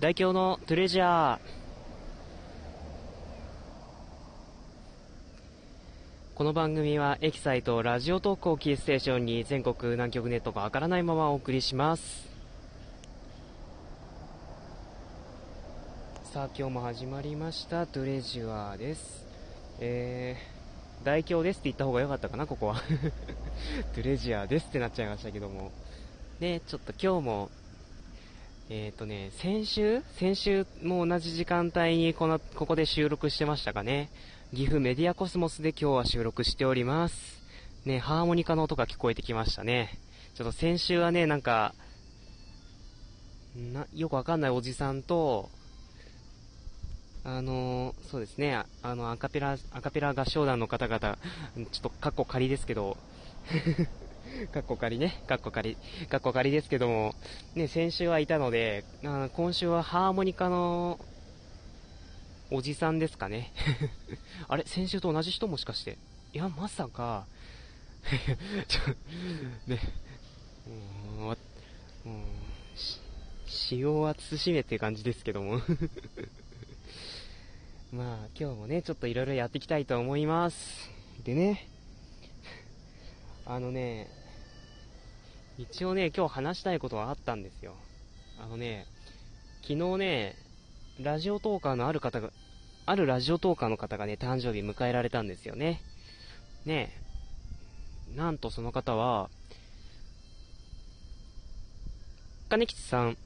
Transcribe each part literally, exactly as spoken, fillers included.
大京のトレジャー。この番組はエキサイトラジオトークをキーステーションに全国南極ネットがわからないままお送りします。さあ今日も始まりましたトレジャーです。えー、大京ですって言った方が良かったかな、ここはトレジャーですってなっちゃいましたけどもね。ちょっと今日もえーとね、先週先週も同じ時間帯にこの、ここで収録してましたかね。岐阜メディアコスモスで今日は収録しております。ね、ハーモニカの音が聞こえてきましたね。ちょっと先週はね、なんか、な、よくわかんないおじさんと、あのー、そうですね、あ, あの、アカペラ、アカペラ合唱団の方々、ちょっとカッコ仮ですけど、かっこ仮ね、かっこ仮、かっこ仮ですけども、ね、先週はいたので、あ今週はハーモニカのおじさんですかね。あれ、先週と同じ人もしかして。いや、まさか、ちょ、ね、うーん、うーん、使用は慎めっていう感じですけども。まあ、今日もね、ちょっといろいろやっていきたいと思います。でね、あのね、一応ね、今日話したいことはあったんですよ。あのね、昨日ね、ラジオトーカーのある方が、あるラジオトーカーの方がね、誕生日迎えられたんですよね。ねえ、なんとその方は、金吉さん、ん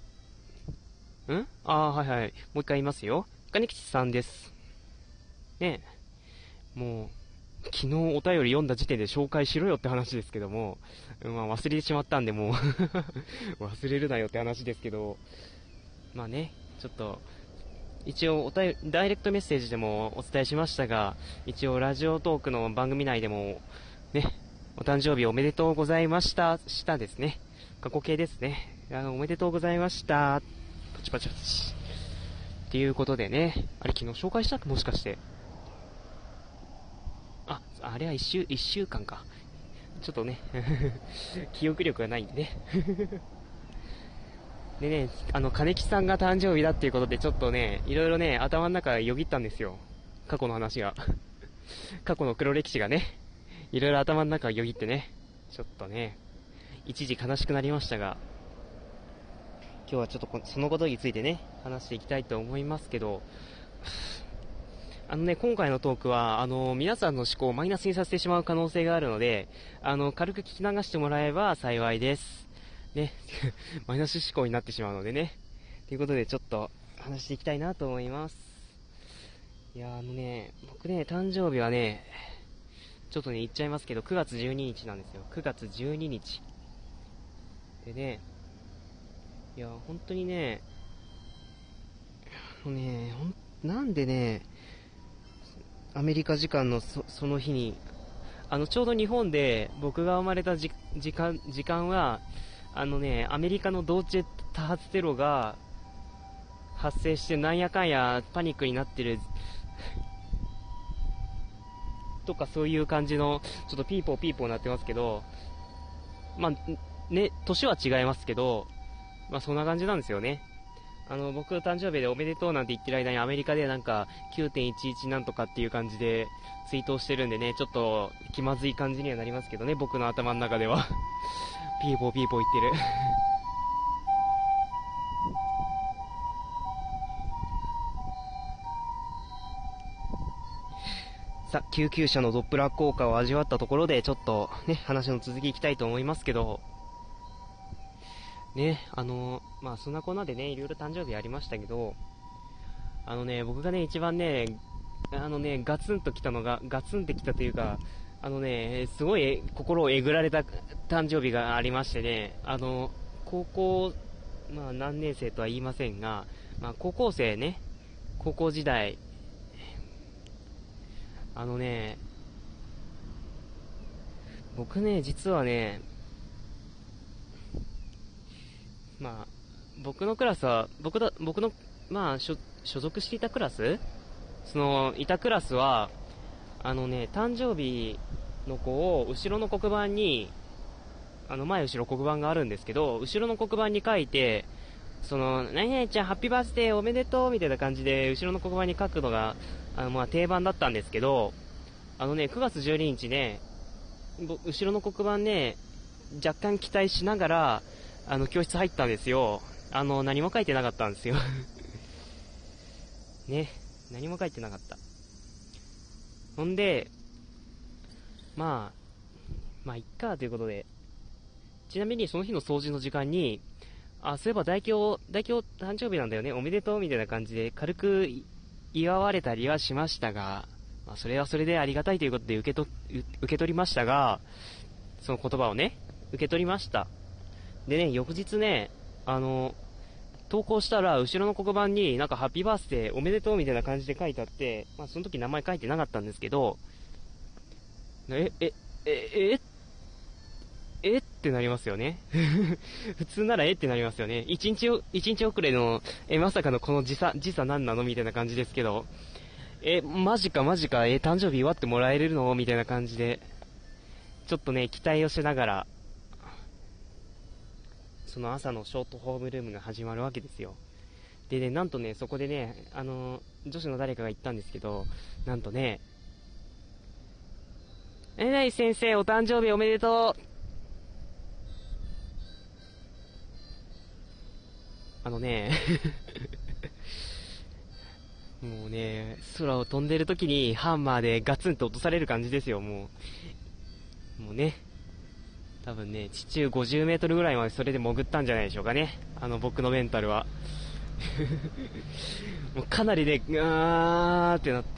ああ、はいはい。もう一回言いますよ。金吉さんです。ねえ、もう、昨日お便り読んだ時点で紹介しろよって話ですけども、まあ忘れてしまったんでもう忘れるなよって話ですけど、まあね、ちょっと、一応お便り、ダイレクトメッセージでもお伝えしましたが、一応ラジオトークの番組内でも、ね、お誕生日おめでとうございました、したですね。過去形ですね。あの、おめでとうございました。パチパチパチ。っていうことでね、あれ昨日紹介したっけもしかして。あ、あれは一週、一週間か。ちょっとね、記憶力がないんでね。でね、あの、金木さんが誕生日だっていうことで、ちょっとね、いろいろね、頭の中よぎったんですよ。過去の話が。過去の黒歴史がね、いろいろ頭の中よぎってね、ちょっとね、一時悲しくなりましたが、今日はちょっとそのことについてね、話していきたいと思いますけど、あのね、今回のトークは、あの、皆さんの思考をマイナスにさせてしまう可能性があるので、あの、軽く聞き流してもらえば幸いです。ね、マイナス思考になってしまうのでね。ということで、ちょっと話していきたいなと思います。いや、あのね、僕ね、誕生日はね、ちょっとね、言っちゃいますけど、くがつじゅうににちなんですよ。くがつじゅうににち。でね、いや、本当にね、あのね、ほん、なんでね、アメリカ時間の そ, その日に、あの、ちょうど日本で僕が生まれたじ時間、時間は、あのね、アメリカの同時多発テロが発生してなんやかんやパニックになってるとかそういう感じの、ちょっとピーポーピーポーなってますけど、まあ、ね、年は違いますけど、まあそんな感じなんですよね。あの、僕誕生日でおめでとうなんて言ってる間にアメリカでなんか きゅうてんいちいち なんとかっていう感じでツイートをしてるんでね、ちょっと気まずい感じにはなりますけどね、僕の頭の中では。ピーポーピーポー言ってる。さあ、救急車のドップラー効果を味わったところで、ちょっとね、話の続きいきたいと思いますけど、ね、あの、まあそんなこんなでね、いろいろ誕生日ありましたけど、あのね、僕がね、一番ね、あのね、ガツンときたのが、ガツンってきたというか、あのね、すごい心をえぐられた誕生日がありましてね、あの、高校、まあ何年生とは言いませんが、まあ高校生ね、高校時代、あのね、僕ね、実はね、まあ、僕のクラスは、僕だ、僕の、まあ、所、所属していたクラスその、いたクラスは、あのね、誕生日の子を後ろの黒板に、あの前後ろ黒板があるんですけど、後ろの黒板に書いて、 その、何々ちゃんハッピーバースデーおめでとうみたいな感じで、後ろの黒板に書くのが、あの、まあ、定番だったんですけど、あのね、くがつじゅうににちね、後ろの黒板ね、若干期待しながら、あの、教室入ったんですよ。あの、何も書いてなかったんですよ。ね、何も書いてなかった。ほんで、まあ、まあ、いっかということで、ちなみにその日の掃除の時間に、あ、そういえば大京、大京誕生日なんだよね、おめでとうみたいな感じで軽く祝われたりはしましたが、まあ、それはそれでありがたいということで受けと、受け取りましたが、その言葉をね、受け取りました。でね、翌日ね、あの、投稿したら、後ろの黒板になんかハッピーバースデーおめでとうみたいな感じで書いてあって、まあその時名前書いてなかったんですけど、え、え、え、え、えってなりますよね。普通ならえってなりますよね。一日お、一日遅れの、え、まさかのこの時差、時差何なのみたいな感じですけど、え、マジかマジか、え、誕生日祝ってもらえるのみたいな感じで、ちょっとね、期待をしながら、その朝のショートホームルームが始まるわけですよ。でね、なんとね、そこでね、あの、女子の誰かが言ったんですけど、なんとね、えなり先生お誕生日おめでとう。あのね、もうね、空を飛んでる時にハンマーでガツンと落とされる感じですよ、もう。もうね、多分ね、地中ごじゅうメートルぐらいまでそれで潜ったんじゃないでしょうかね。あの僕のメンタルは。もうかなりね、ガーってなって、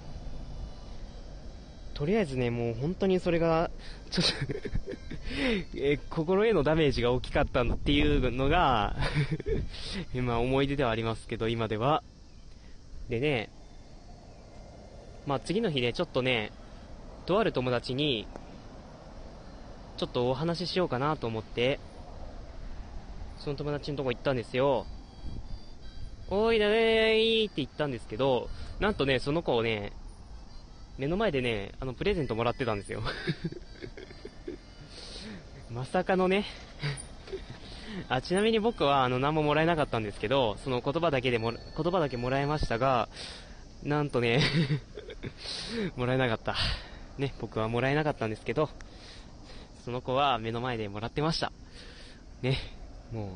とりあえずね、もう本当にそれが、ちょっとえ、心へのダメージが大きかったのっていうのがまあ思い出ではありますけど、今では。でね、まあ次の日ね、ちょっとね、とある友達に、ちょっとお話ししようかなと思って、その友達のとこ行ったんですよ。おいだねーって言ったんですけど、なんとね、その子をね、目の前でね、あの、プレゼントもらってたんですよ。まさかのね。あ、ちなみに僕は、あの、何ももらえなかったんですけど、その言葉だけでも、言葉だけもらえましたが、なんとね、もらえなかった。ね、僕はもらえなかったんですけど、その子は目の前でもらってました。ね、も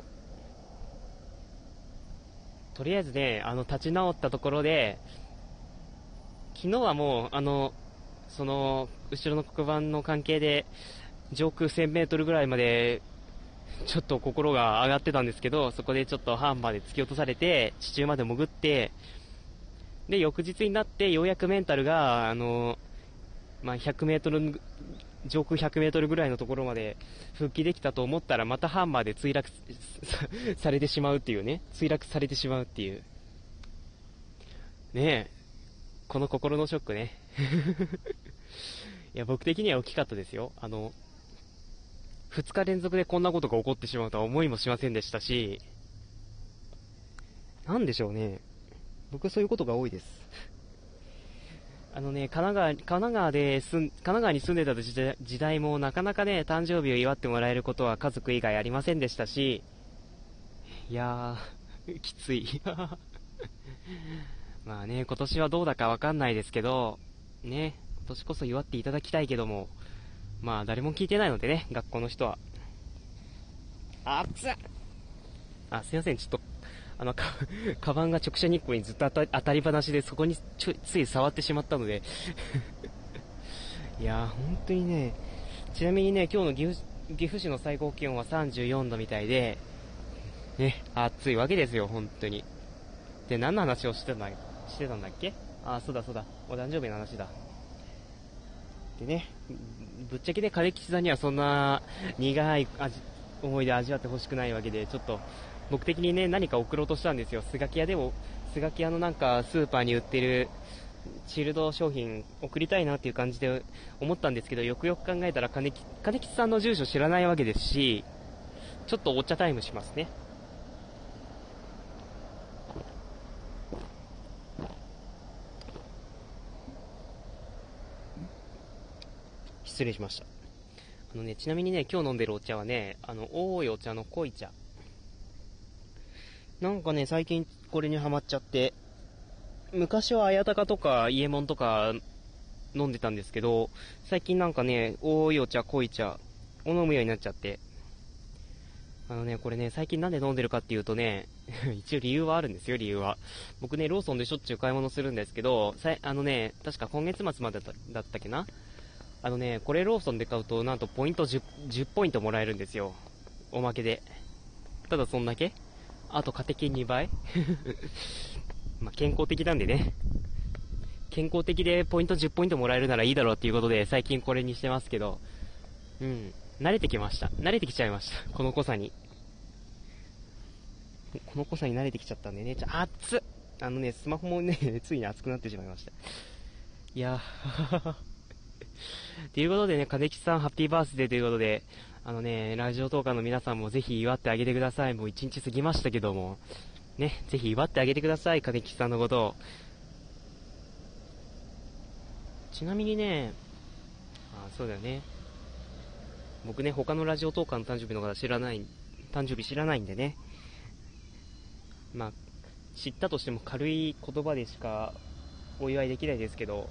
う、とりあえずね、あの、立ち直ったところで、昨日はもう、あの、その、後ろの黒板の関係で、上空せんメートルぐらいまで、ちょっと心が上がってたんですけど、そこでちょっとハンマーで突き落とされて、地中まで潜って、で、翌日になって、ようやくメンタルが、あの、まあ、ひゃくメートル、上空ひゃくメートルぐらいのところまで復帰できたと思ったら、またハンマーで墜落されてしまうっていうね、墜落されてしまうっていう。ねえ、この心のショックね。いや、僕的には大きかったですよ。あの、ふつか連続でこんなことが起こってしまうとは思いもしませんでしたし、なんでしょうね。僕はそういうことが多いです。あのね、神奈川、神奈川で住ん、神奈川に住んでた時代時代もなかなかね、誕生日を祝ってもらえることは家族以外ありませんでしたし、いやー、きつい。まあね、今年はどうだかわかんないですけど、ね、今年こそ祝っていただきたいけども、まあ誰も聞いてないのでね、学校の人は。あっつっあ、すいません、ちょっと、あの、か、カバンが直射日光にずっと当た当たり話で、そこにちょつい触ってしまったので。いやー、本当にね、ちなみにね、今日の岐阜、岐阜市の最高気温はさんじゅうよんどみたいで、ね、暑いわけですよ、本当に。で、何の話をしてたんだ、してたんだっけあ、そうだそうだ、お誕生日の話だ。でね、ぶっちゃけね、金吉さんにはそんな苦い味思い出味わってほしくないわけで、ちょっと僕的にね、何か送ろうとしたんですよ。スガキ屋でも、スガキ屋のなんかスーパーに売ってるチルド商品送りたいなっていう感じで思ったんですけど、よくよく考えたら金吉、金吉さんの住所知らないわけですし、ちょっとお茶タイムしますね。失礼しました。あのね、ちなみにね、今日飲んでるお茶はね、あの、多いお茶の濃い茶。 なんかね、最近これにハマっちゃって、昔は綾鷹とか伊右衛門とか飲んでたんですけど、最近なんかね、多いお茶、濃い茶を飲むようになっちゃって、あのね、これね、最近なんで飲んでるかっていうとね、一応理由はあるんですよ、理由は。僕ね、ローソンでしょっちゅう買い物するんですけど、さいあのね、確か今月末までだっただったっけな。あのね、これローソンで買うと、なんとポイント 10, 10ポイントもらえるんですよ。おまけで。ただそんだけ。あと、カテキンにばいまあ、健康的なんでね。健康的でポイントじゅうポイントもらえるならいいだろうっていうことで、最近これにしてますけど、うん。慣れてきました。慣れてきちゃいました。この濃さに。この濃さに慣れてきちゃったんでね。ちょ、熱っあのね、スマホもね、ついに熱くなってしまいました。いやー。ということでね、金吉さんハッピーバースデーということで、あのね、ラジオトーカーの皆さんもぜひ祝ってあげてください。もう一日過ぎましたけども、ね、ぜひ祝ってあげてください、金吉さんのことを。ちなみにね、あ、そうだよね。僕ね、他のラジオトーカーの誕生日の方知らない、誕生日知らないんでね。まあ、知ったとしても軽い言葉でしかお祝いできないですけど、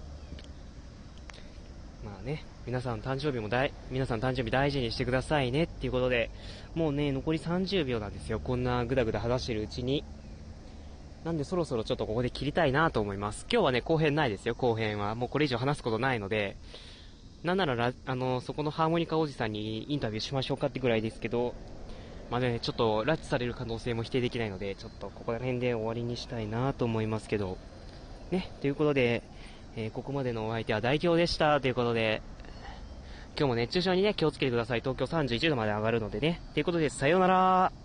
まあね、皆さん誕生日も大、皆さん誕生日大事にしてくださいねっていうことで、もうね、残りさんじゅうびょうなんですよ。こんなぐだぐだ話してるうちに。なんでそろそろちょっとここで切りたいなと思います。今日はね、後編ないですよ、後編は。もうこれ以上話すことないので、なんならラ、あの、そこのハーモニカおじさんにインタビューしましょうかってぐらいですけど、まあね、ちょっと拉致される可能性も否定できないので、ちょっとここら辺で終わりにしたいなと思いますけど、ね、ということで、えー、ここまでのお相手は代表でしたということで、今日も熱中症にね、気をつけてください。東京さんじゅういちどまで上がるのでね。ということで、さようなら。